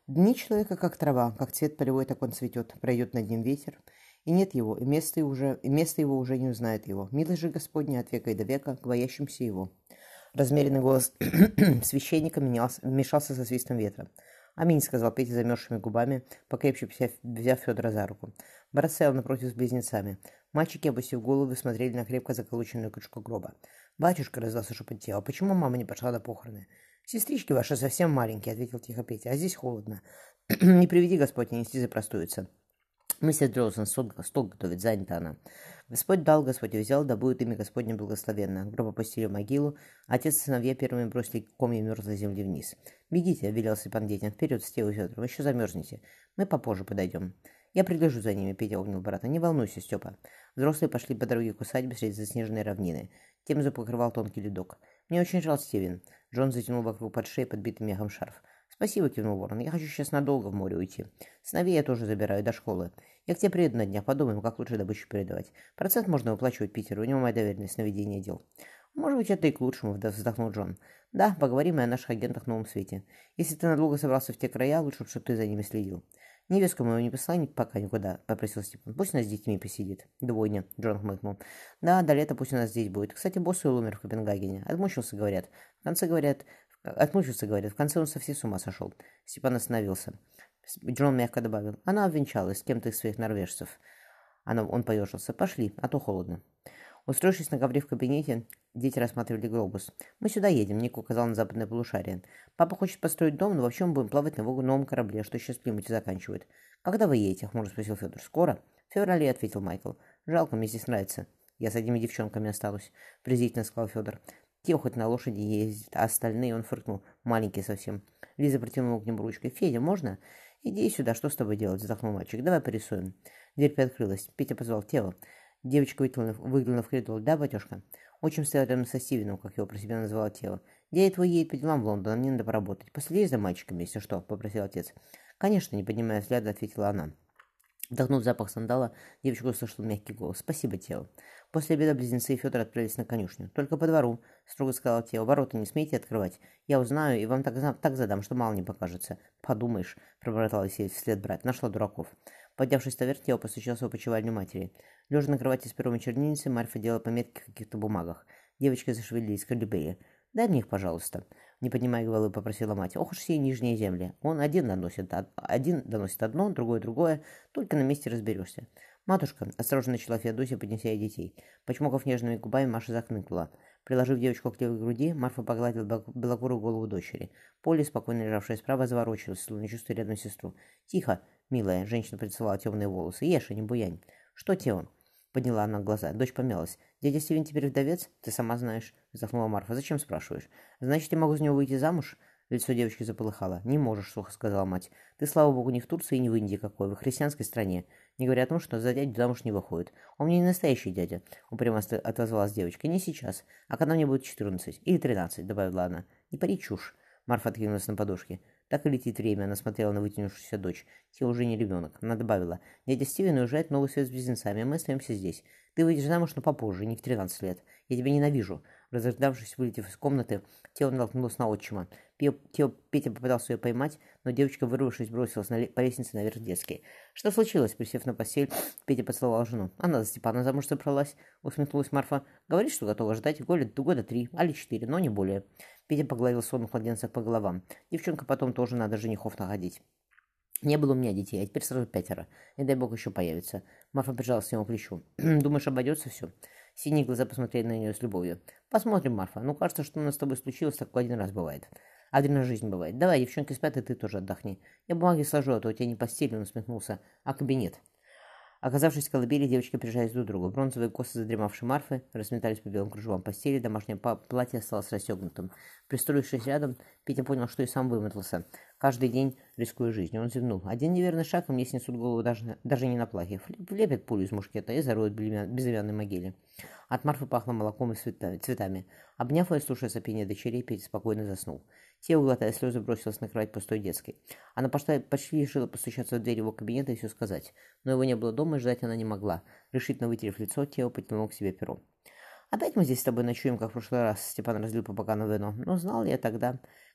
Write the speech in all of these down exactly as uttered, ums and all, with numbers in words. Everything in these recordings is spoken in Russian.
Дни человека как трава, как цвет полевой, так он цветет. Пройдет над ним ветер, и нет его, и место, уже, и место его уже не узнает его. Милость же Господня от века и до века к боящимся его. Размеренный голос священника менялся, вмешался со свистом ветра. «Аминь», — сказал Петя замерзшими губами, покрепче взяв Федора за руку. Брат стоял напротив с близнецами. Мальчики, опустив головы, смотрели на крепко заколоченную крышку гроба. «Батюшка», — раздался шепот Тео, — «почему мама не пошла на похороны?» «Сестрички ваши совсем маленькие», — ответил тихо Петя, — «а здесь холодно. Не приведи Господь, нести запростуется. Миссис Джолсон стол, стол готовит, занята она. Господь дал, Господь взял, да будет имя Господне благословенно. Гроб опустили в могилу, отец и сыновья первыми бросили комья мерзлой земли вниз. «Бегите», — велел Степан детям, — «вперед, с Тео и Федором, еще замерзнете. Мы попозже подойдем». «Я пригляжу за ними», — Петя обнял брата. «Не волнуйся, Степа». Взрослые пошли по дороге к усадьбе среди заснеженной равнины. Темзу покрывал тонкий ледок. «Мне очень жаль, Стивен». Джон затянул вокруг под шеей подбитый мехом шарф. «Спасибо», — кивнул Ворон. «Я хочу сейчас надолго в море уйти. Сыновей я тоже забираю до школы. Я к тебе приеду на днях, подумаем, как лучше добычу передавать. Процент можно выплачивать Питеру, у него моя доверенность на ведение дел». «Может быть, это и к лучшему», — вздохнул Джон. «Да, поговорим и о наших агентах в новом свете. Если ты надолго собрался в те края, лучше, чтобы ты за ними следил». «Невестку мою не посылай пока никуда», — попросил Степан. «Пусть она с детьми посидит». «Двойня», — Джон хмыкнул. «Да, до лета пусть у нас здесь будет. Кстати, босс умер в Копенгагене. Отмучился, говорят. В конце, говорят... Отмучился, говорят. В конце он совсем с ума сошел». Степан остановился. Джон мягко добавил. «Она обвенчалась с кем-то из своих норвежцев». Она, он поежился. «Пошли, а то холодно». Устроившись на ковре в кабинете, дети рассматривали глобус. «Мы сюда едем», — Ник указал на западное полушарие. «Папа хочет построить дом, но вообще мы будем плавать на новом корабле, что сейчас в Плимуте заканчивают». «Когда вы едете?» — хмуро спросил Федор. «Скоро?» «В феврале», — ответил Майкл. «Жалко, мне здесь нравится». «Я с одними девчонками останусь», — презрительно сказал Федор. «Те хоть на лошади ездят, а остальные...» — он фыркнул. «Маленькие совсем». Лиза протянула к нему ручкой. «Федя, можно?» «Иди сюда, что с тобой делать?» — вздохнул мальчик. «Давай порисуем». Дверь приоткрылась. Петя позвал Тео. Девочка выглянула в коридор. «Да, батюшка?» Отчим стоял рядом со Стивеном, как его про себя называла Тео. «Дядя твой едет по делам в Лондон, а мне надо поработать. Последи за мальчиками, если что», — попросил отец. «Конечно», — не поднимая взгляда, ответила она. Вдохнув запах сандала, девочка услышала мягкий голос. «Спасибо, Тео». После обеда близнецы и Федор отправились на конюшню. «Только по двору», — строго сказал Тео. «Ворота не смейте открывать. Я узнаю и вам так, так задам, что мало не покажется». «Подумаешь», — пробормотал Есеев вслед брат. «Нашла дураков». Поднявшись наверх, Тео постучался в опочивальню матери. Лежа на кровати с пером и чернильницей, Марфа делала пометки в каких-то бумагах. Девочки зашевелились, колебели. «Дай мне их, пожалуйста», — не поднимая головы, попросила мать. «Ох уж все нижние земли. Он один доносит, один доносит одно, другое другое. Только на месте разберешься». «Матушка», — осторожно начала Феодосия, поднеся ей детей. Почмокав нежными губами, Маша захныкнула. Приложив девочку к левой груди, Марфа погладила белокурую голову дочери. Поле, спокойно лежавшая справа, заворочилась, словно чувствуя рядом сестру. «Тихо, милая», — женщина прицеловала темные волосы. «Ешь, а не буянь». «Что, Тео?» — подняла она глаза. Дочь помялась. «Дядя Стивен теперь вдовец? Ты сама знаешь», — вздохнула Марфа. «Зачем спрашиваешь?» «Значит, я могу за него выйти замуж?» Лицо девочки заполыхало. «Не можешь», — сухо сказала мать. «Ты, слава богу, не в Турции и не в Индии какой, в христианской стране. Не говоря о том, что за дядю замуж не выходит. Он мне не настоящий дядя», — упрямо отозвалась девочка. «Не сейчас, а когда мне будет четырнадцать. Или тринадцать», — добавила она. «Не пари чушь». Марфа откинулась на подушке. «Так и летит время», — она смотрела на вытянувшуюся дочь. «Те уже не ребенок». Она добавила. «Дядя Стивен уезжает в новый свет с близнецами, а мы остаемся здесь. Ты выйдешь замуж, но попозже, не в тринадцать лет. Я тебя ненавижу». Разождавшись, вылетев из комнаты, Тео натолкнулся на отчима. Тео Петя попытался ее поймать, но девочка, вырвавшись, бросилась на ле- по лестнице наверх детской. «Что случилось?» Присев на постель, Петя поцеловал жену. «Она за Степана замуж собралась», — усмехнулась Марфа. «Говорит, что готова ждать года, года три, али четыре, но не более». Петя погладил сонных младенцев по головам. «Девчонка потом тоже надо женихов находить». «Не было у меня детей, а теперь сразу пятеро. Не дай бог еще появится». Марфа прижалась к нему плечу. «Думаешь, обойдется все?» Синие глаза посмотрели на нее с любовью. «Посмотрим, Марфа. Ну, кажется, что у нас с тобой случилось, такое один раз бывает. Один раз в жизни бывает. Давай, девчонки спят, и ты тоже отдохни. Я бумаги сложу, а то у тебя не постель», — он усмехнулся, — «а кабинет». Оказавшись в колыбели, девочки прижались друг к другу. Бронзовые косы задремавшей Марфы разметались по белым кружевам постели, домашнее платье осталось расстегнутым. Пристроившись рядом, Петя понял, что и сам вымотался. Каждый день рискуя жизнью. Он зевнул. Один неверный шаг, и мне снесут голову даже, даже не на плахе. Влепят пулю из мушкета и зароют в безымянной могиле. От Марфы пахло молоком и цветами. Обняв ее, слушая сопение дочерей, Петя спокойно заснул. Тео, глотая слезы, бросилась на кровать пустой детской. Она почти решила постучаться в дверь его кабинета и все сказать. Но его не было дома, и ждать она не могла. Решительно вытерев лицо, Тео потянул к себе перо. «Опять мы здесь с тобой ночуем, как в прошлый раз», — Степан разлил по бокалам вино. «Но знал ли я тогда,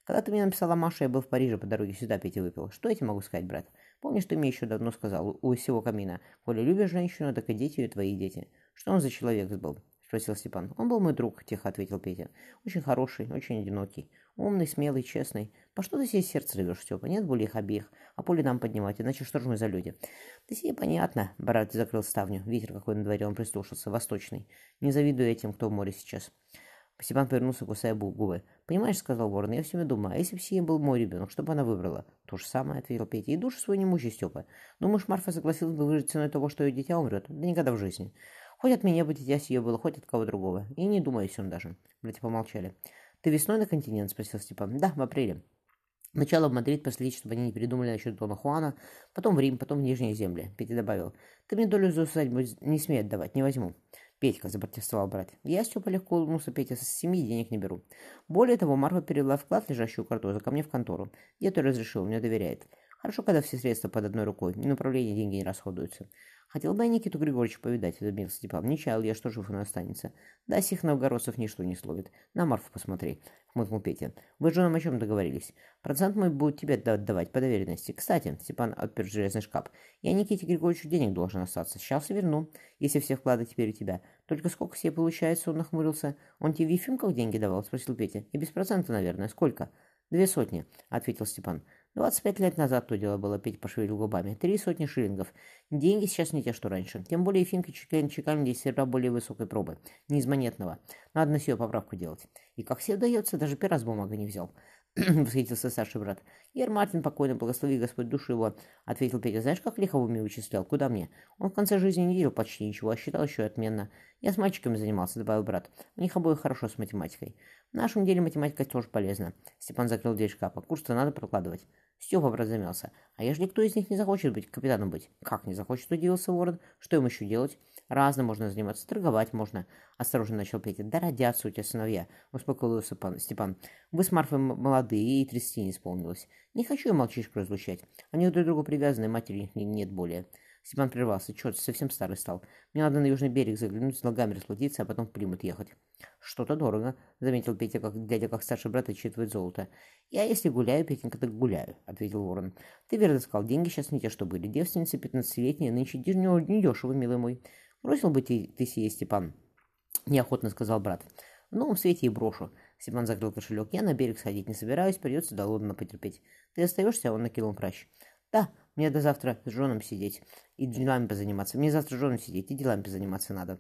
Когда ты мне написала Маша, я был в Париже по дороге сюда, Петя выпил. Что я тебе могу сказать, брат? Помнишь, ты мне еще давно сказал, у всего камина, коли любишь женщину, так и дети ее твои дети. Что он за человек был? Спросил Степан. Он был мой друг, тихо ответил Петя. Очень хороший, очень одинокий. Умный, смелый, честный. По что ты себе сердце рвешь, Степа? Нет более их обеих. А поле нам поднимать, иначе что же мы за люди? Да себе понятно. Брат закрыл ставню. Ветер какой на дворе, он прислушался. Восточный. Не завидую этим, кто в море сейчас. Степан повернулся, кусая губы. «Понимаешь, — сказал Ворон, — я все время думаю, а если бы сие был мой ребенок, что бы она выбрала?» «То же самое, — ответил Петя, — и душу свою не мучай, Степа. Думаешь, Марфа согласилась бы выжить ценой того, что ее дитя умрет? Да никогда в жизни. Хоть от меня бы дитя сие было, хоть от кого другого. И не думай о сём даже». Братья помолчали. «Ты весной на континент?» — спросил Степан. «Да, в апреле. Сначала в Мадрид последить, чтобы они не передумали насчет Дона Хуана, потом в Рим, потом в Нижние земли», — Петя добавил. «Ты мне долю за усадьбу не смей отдавать, не возьму». «Петька», — запротестовал брат. «Я, Степа, легко улыбнулся, Петя, со семьи денег не беру. Более того, Марфа перевела вклад, лежащий у картоза, ко мне в контору. Дед ее разрешил, мне доверяет. Хорошо, когда все средства под одной рукой, и на управление деньги не расходуются. Хотел бы я Никиту Григорьевича повидать, — удумился Степан. Не чаял я, что жив он останется. Да, сих новгородцев ничто не словит. На Марфу посмотри», — хмыкнул Петя. «Вы с Джоном о чем договорились? Процент мой будет тебе отдавать по доверенности. Кстати, — Степан отпер железный шкаф, — я Никите Григорьевичу денег должен остаться. Сейчас и верну, если все вклады теперь у тебя. Только сколько себе получается?» — он нахмурился. «Он тебе в Ефимках деньги давал?» — спросил Петя. «И без процента, наверное. Сколько?» «Две сотни», — ответил Степан. «Двадцать пять лет назад то дело было», — Петя пошевелил губами. «Три сотни шиллингов. Деньги сейчас не те, что раньше. Тем более Ефимки чеканили здесь серебра более высокой пробы. Не из монетного. Надо на сию поправку делать. И как себе удается, даже пера с бумагой не взял». — восхитился старший брат. «Ир Мартин, покойно, благослови Господь душу его», — ответил Петя. «Знаешь, как лихо в уме вычислял? Куда мне? Он в конце жизни не делал почти ничего, а считал еще отменно. Я с мальчиками занимался», — добавил брат. «У них обоих хорошо с математикой». «В нашем деле математика тоже полезна». Степан закрыл дверь шкафа. «Курс-то надо прокладывать». Степа, брат, замялся. «А ежели кто из них не захочет быть капитаном быть?» «Как не захочет?» — удивился Ворон. «Что им еще делать?» «Разно можно заниматься, торговать можно», — осторожно начал Петя. «Да родятся у тебя сыновья», — успокоился Степан. «Вы с Марфой молодые, ей тридцати не исполнилось. Не хочу я мальчишку разлучать. Они друг к другу привязаны, матери нет более». Степан прервался. «Чё, ты совсем старый стал? Мне надо на южный берег заглянуть, с ногами расплатиться, а потом в Плимут ехать». «Что-то дорого», — заметил Петя, как, глядя, как старший брат отчитывает золото. «Я, если гуляю, Петенька, так гуляю», — ответил Ворон. «Ты верно сказал, деньги сейчас не те, что были. Девственницы пятнадцатилетние нынче недешево, милый мой». «Бросил бы ты, ты сие, Степан», — неохотно сказал брат. «В новом свете и брошу». Степан закрыл кошелек. «Я на берег сходить не собираюсь, придется до Лондона потерпеть. Ты остаешься?» — он накинул пращ. «Да, мне до завтра с Джоном сидеть и делами позаниматься. Мне завтра с Джоном сидеть и делами позаниматься надо».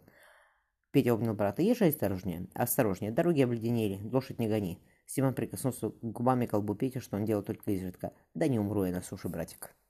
Петя обнял брата. «Езжай осторожнее, осторожнее, дороги обледенели, лошадь не гони». Степан прикоснулся губами к колбу Пети, что он делал только изредка. «Да не умру я на суше, братик».